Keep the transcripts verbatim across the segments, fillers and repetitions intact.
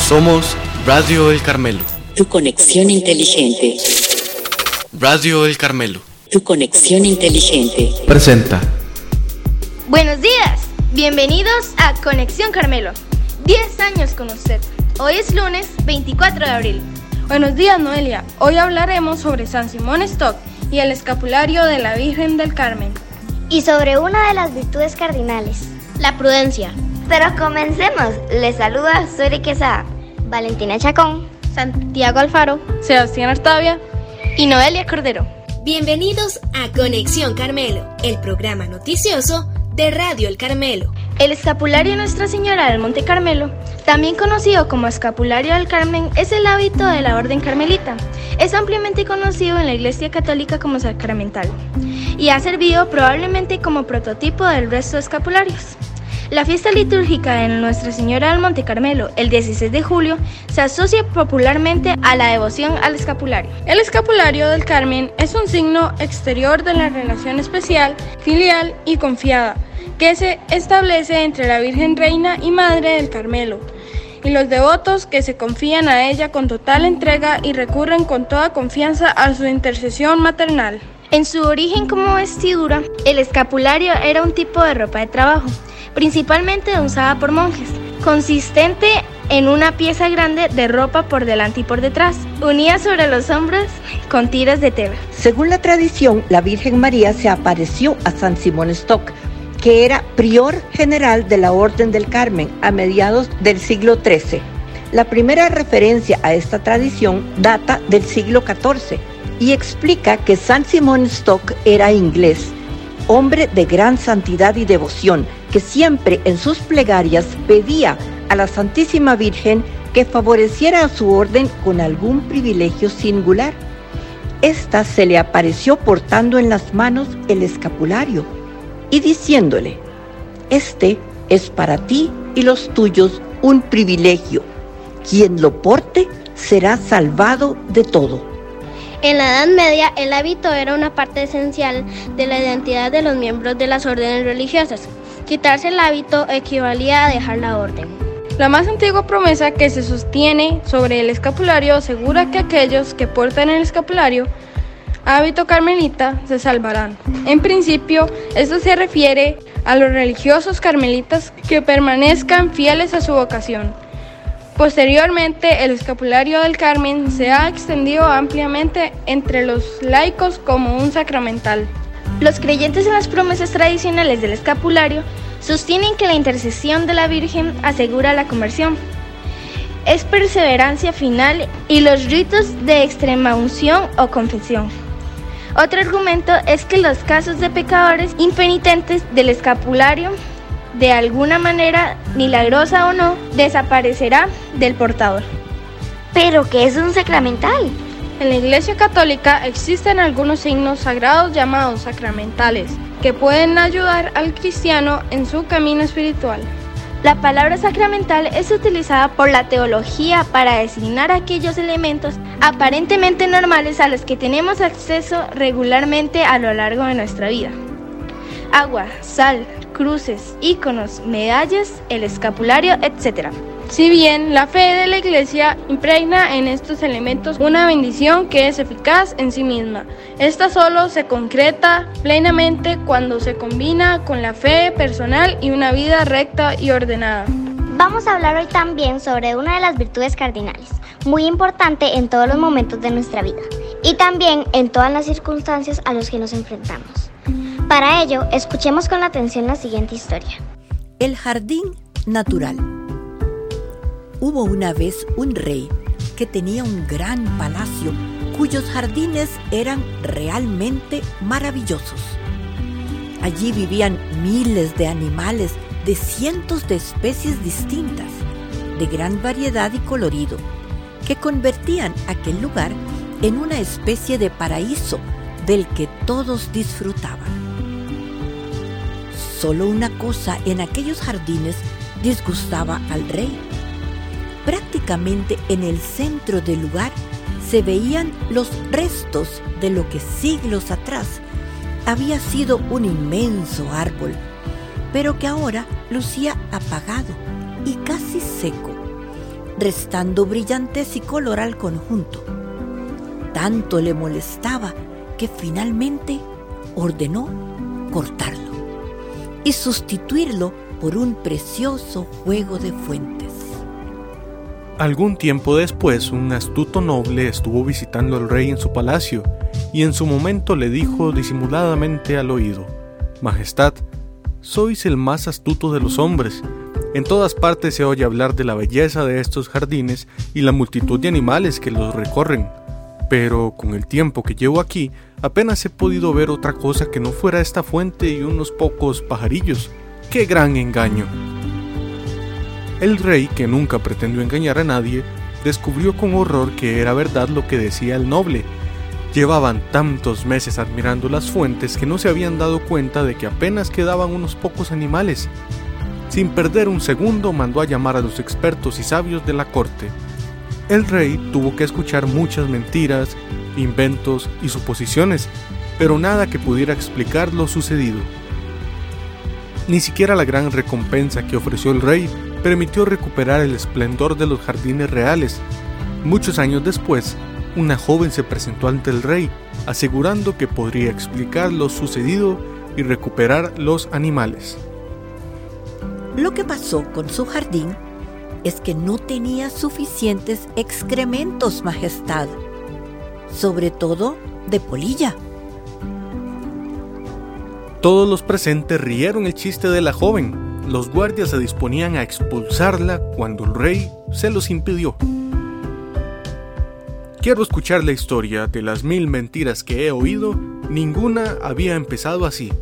Somos Radio El Carmelo. Tu conexión inteligente. Radio El Carmelo. Tu conexión inteligente. Presenta. Buenos días, bienvenidos a Conexión Carmelo. diez años con usted. Hoy es lunes veinticuatro de abril. Buenos días, Noelia. Hoy hablaremos sobre San Simón Stock y el escapulario de la Virgen del Carmen. Y sobre una de las virtudes cardinales, la prudencia. Pero comencemos. Les saluda Suri Quesada, Valentina Chacón, Santiago Alfaro, Sebastián Artavia y Noelia Cordero. Bienvenidos a Conexión Carmelo, el programa noticioso de Radio El Carmelo. El escapulario de Nuestra Señora del Monte Carmelo, también conocido como escapulario del Carmen, es el hábito de la Orden Carmelita. Es ampliamente conocido en la Iglesia Católica como sacramental y ha servido probablemente como prototipo del resto de escapularios. La fiesta litúrgica de Nuestra Señora del Monte Carmelo, el dieciséis de julio, se asocia popularmente a la devoción al escapulario. El escapulario del Carmen es un signo exterior de la relación especial, filial y confiada que se establece entre la Virgen Reina y Madre del Carmelo y los devotos que se confían a ella con total entrega y recurren con toda confianza a su intercesión maternal. En su origen como vestidura, el escapulario era un tipo de ropa de trabajo, principalmente usada por monjes, consistente en una pieza grande de ropa por delante y por detrás, unida sobre los hombros con tiras de tela. Según la tradición, la Virgen María se apareció a San Simón Stock, que era prior general de la Orden del Carmen a mediados del siglo trece. La primera referencia a esta tradición data del siglo catorce y explica que San Simón Stock era inglés, hombre de gran santidad y devoción, que siempre en sus plegarias pedía a la Santísima Virgen que favoreciera a su orden con algún privilegio singular. Esta se le apareció portando en las manos el escapulario y diciéndole: este es para ti y los tuyos un privilegio. Quien lo porte será salvado de todo. En la Edad Media, el hábito era una parte esencial de la identidad de los miembros de las órdenes religiosas. Quitarse el hábito equivalía a dejar la orden. La más antigua promesa que se sostiene sobre el escapulario asegura que aquellos que portan el escapulario, hábito carmelita, se salvarán. En principio, esto se refiere a los religiosos carmelitas que permanezcan fieles a su vocación. Posteriormente, el escapulario del Carmen se ha extendido ampliamente entre los laicos como un sacramental. Los creyentes en las promesas tradicionales del escapulario sostienen que la intercesión de la Virgen asegura la conversión. Es perseverancia final y los ritos de extremaunción o confesión. Otro argumento es que los casos de pecadores impenitentes del escapulario, de alguna manera, milagrosa o no, desaparecerá del portador. ¿Pero qué es un sacramental? En la Iglesia Católica existen algunos signos sagrados llamados sacramentales que pueden ayudar al cristiano en su camino espiritual. La palabra sacramental es utilizada por la teología para designar aquellos elementos aparentemente normales a los que tenemos acceso regularmente a lo largo de nuestra vida. Agua, sal, cruces, íconos, medallas, el escapulario, etcétera. Si bien la fe de la Iglesia impregna en estos elementos una bendición que es eficaz en sí misma, esta solo se concreta plenamente cuando se combina con la fe personal y una vida recta y ordenada. Vamos a hablar hoy también sobre una de las virtudes cardinales, muy importante en todos los momentos de nuestra vida y también en todas las circunstancias a las que nos enfrentamos. Para ello, escuchemos con atención la siguiente historia. El jardín natural. Hubo una vez un rey que tenía un gran palacio cuyos jardines eran realmente maravillosos. Allí vivían miles de animales de cientos de especies distintas, de gran variedad y colorido, que convertían aquel lugar en una especie de paraíso del que todos disfrutaban. Solo una cosa en aquellos jardines disgustaba al rey. Prácticamente en el centro del lugar se veían los restos de lo que siglos atrás había sido un inmenso árbol, pero que ahora lucía apagado y casi seco, restando brillantez y color al conjunto. Tanto le molestaba que finalmente ordenó cortarlo y sustituirlo por un precioso juego de fuentes. Algún tiempo después, un astuto noble estuvo visitando al rey en su palacio y en su momento le dijo disimuladamente al oído: «Majestad, sois el más astuto de los hombres. En todas partes se oye hablar de la belleza de estos jardines y la multitud de animales que los recorren. Pero con el tiempo que llevo aquí, apenas he podido ver otra cosa que no fuera esta fuente y unos pocos pajarillos. ¡Qué gran engaño!». El rey, que nunca pretendió engañar a nadie, descubrió con horror que era verdad lo que decía el noble. Llevaban tantos meses admirando las fuentes que no se habían dado cuenta de que apenas quedaban unos pocos animales. Sin perder un segundo, mandó a llamar a los expertos y sabios de la corte. El rey tuvo que escuchar muchas mentiras, inventos y suposiciones, pero nada que pudiera explicar lo sucedido. Ni siquiera la gran recompensa que ofreció el rey permitió recuperar el esplendor de los jardines reales. Muchos años después, una joven se presentó ante el rey, asegurando que podría explicar lo sucedido y recuperar los animales. Lo que pasó con su jardín es que no tenía suficientes excrementos, majestad, sobre todo de polilla. Todos los presentes rieron el chiste de la joven. Los guardias se disponían a expulsarla cuando el rey se los impidió. Quiero escuchar la historia. De las mil mentiras que he oído, ninguna había empezado así.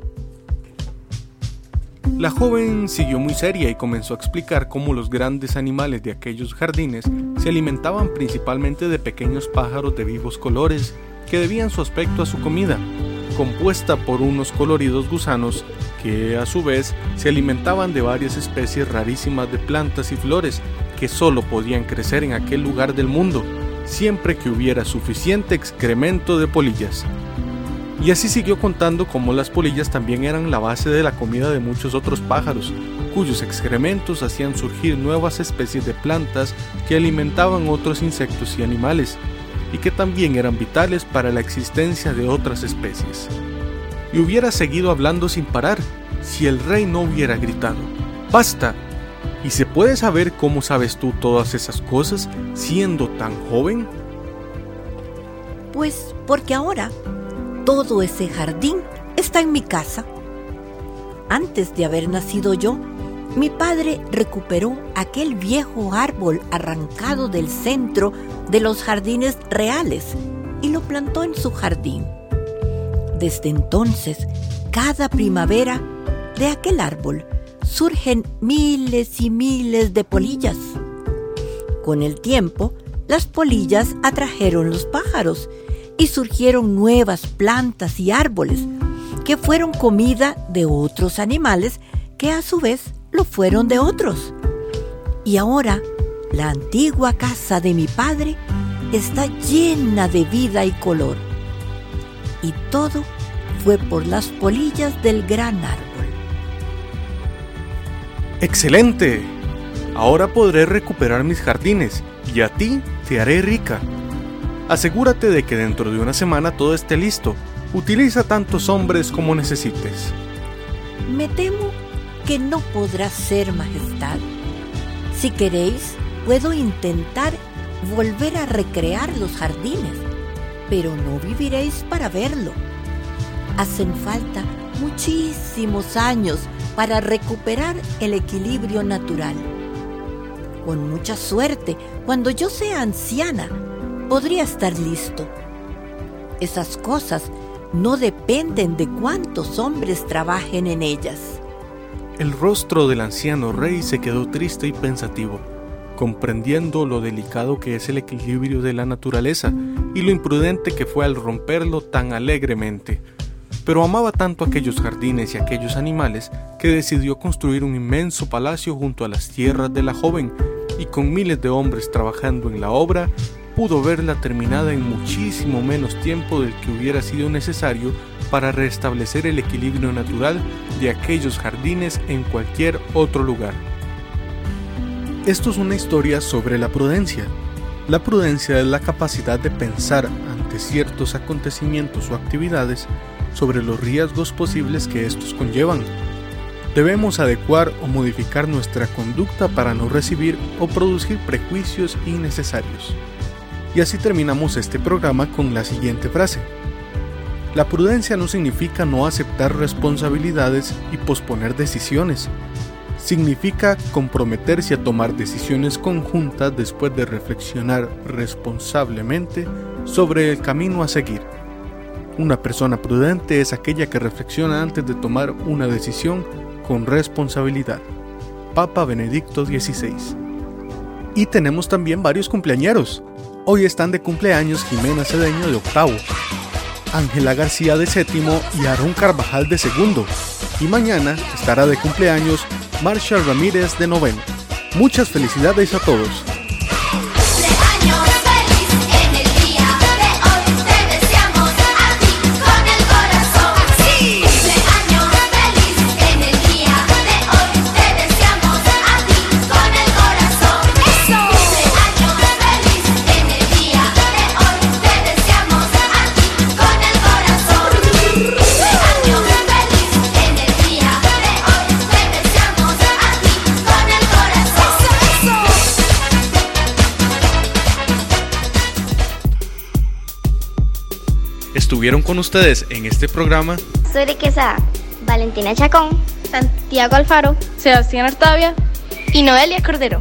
La joven siguió muy seria y comenzó a explicar cómo los grandes animales de aquellos jardines se alimentaban principalmente de pequeños pájaros de vivos colores que debían su aspecto a su comida, compuesta por unos coloridos gusanos que a su vez se alimentaban de varias especies rarísimas de plantas y flores que solo podían crecer en aquel lugar del mundo, siempre que hubiera suficiente excremento de polillas. Y así siguió contando cómo las polillas también eran la base de la comida de muchos otros pájaros, cuyos excrementos hacían surgir nuevas especies de plantas que alimentaban otros insectos y animales, y que también eran vitales para la existencia de otras especies. Y hubiera seguido hablando sin parar, si el rey no hubiera gritado: ¡Basta! ¿Y se puede saber cómo sabes tú todas esas cosas, siendo tan joven? Pues porque ahora todo ese jardín está en mi casa. Antes de haber nacido yo, mi padre recuperó aquel viejo árbol arrancado del centro de los jardines reales y lo plantó en su jardín. Desde entonces, cada primavera de aquel árbol surgen miles y miles de polillas. Con el tiempo, las polillas atrajeron los pájaros y surgieron nuevas plantas y árboles que fueron comida de otros animales que a su vez lo fueron de otros. Y ahora, la antigua casa de mi padre está llena de vida y color. Y todo fue por las polillas del gran árbol. ¡Excelente! Ahora podré recuperar mis jardines y a ti te haré rica. Asegúrate de que dentro de una semana todo esté listo. Utiliza tantos hombres como necesites. Me temo que no podrá ser, majestad. Si queréis, puedo intentar volver a recrear los jardines, pero no viviréis para verlo. Hacen falta muchísimos años para recuperar el equilibrio natural. Con mucha suerte, cuando yo sea anciana, podría estar listo. Esas cosas no dependen de cuántos hombres trabajen en ellas. El rostro del anciano rey se quedó triste y pensativo, comprendiendo lo delicado que es el equilibrio de la naturaleza y lo imprudente que fue al romperlo tan alegremente. Pero amaba tanto aquellos jardines y aquellos animales que decidió construir un inmenso palacio junto a las tierras de la joven, y con miles de hombres trabajando en la obra, pudo verla terminada en muchísimo menos tiempo del que hubiera sido necesario para restablecer el equilibrio natural de aquellos jardines en cualquier otro lugar. Esto es una historia sobre la prudencia. La prudencia es la capacidad de pensar ante ciertos acontecimientos o actividades sobre los riesgos posibles que estos conllevan. Debemos adecuar o modificar nuestra conducta para no recibir o producir prejuicios innecesarios. Y así terminamos este programa con la siguiente frase. La prudencia no significa no aceptar responsabilidades y posponer decisiones. Significa comprometerse a tomar decisiones conjuntas después de reflexionar responsablemente sobre el camino a seguir. Una persona prudente es aquella que reflexiona antes de tomar una decisión con responsabilidad. Papa Benedicto dieciséis. Y tenemos también varios cumpleañeros. Hoy están de cumpleaños Jimena Cedeño de octavo, Ángela García de séptimo y Aarón Carvajal de segundo. Y mañana estará de cumpleaños Marshall Ramírez de noveno. Muchas felicidades a todos. Estuvieron con ustedes en este programa Soy Quesada, Valentina Chacón, Santiago Alfaro, Sebastián Artavia y Noelia Cordero.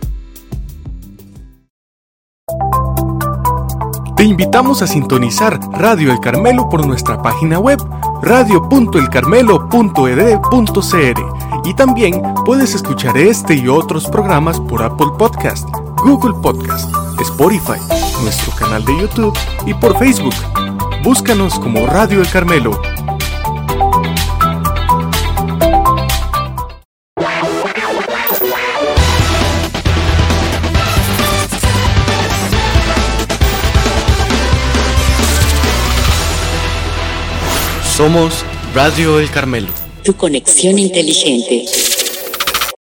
Te invitamos a sintonizar Radio El Carmelo por nuestra página web radio punto el carmelo punto e d e punto c r y también puedes escuchar este y otros programas por Apple Podcast, Google Podcast, Spotify, nuestro canal de YouTube y por Facebook. Búscanos como Radio El Carmelo. Somos Radio El Carmelo. Tu conexión inteligente.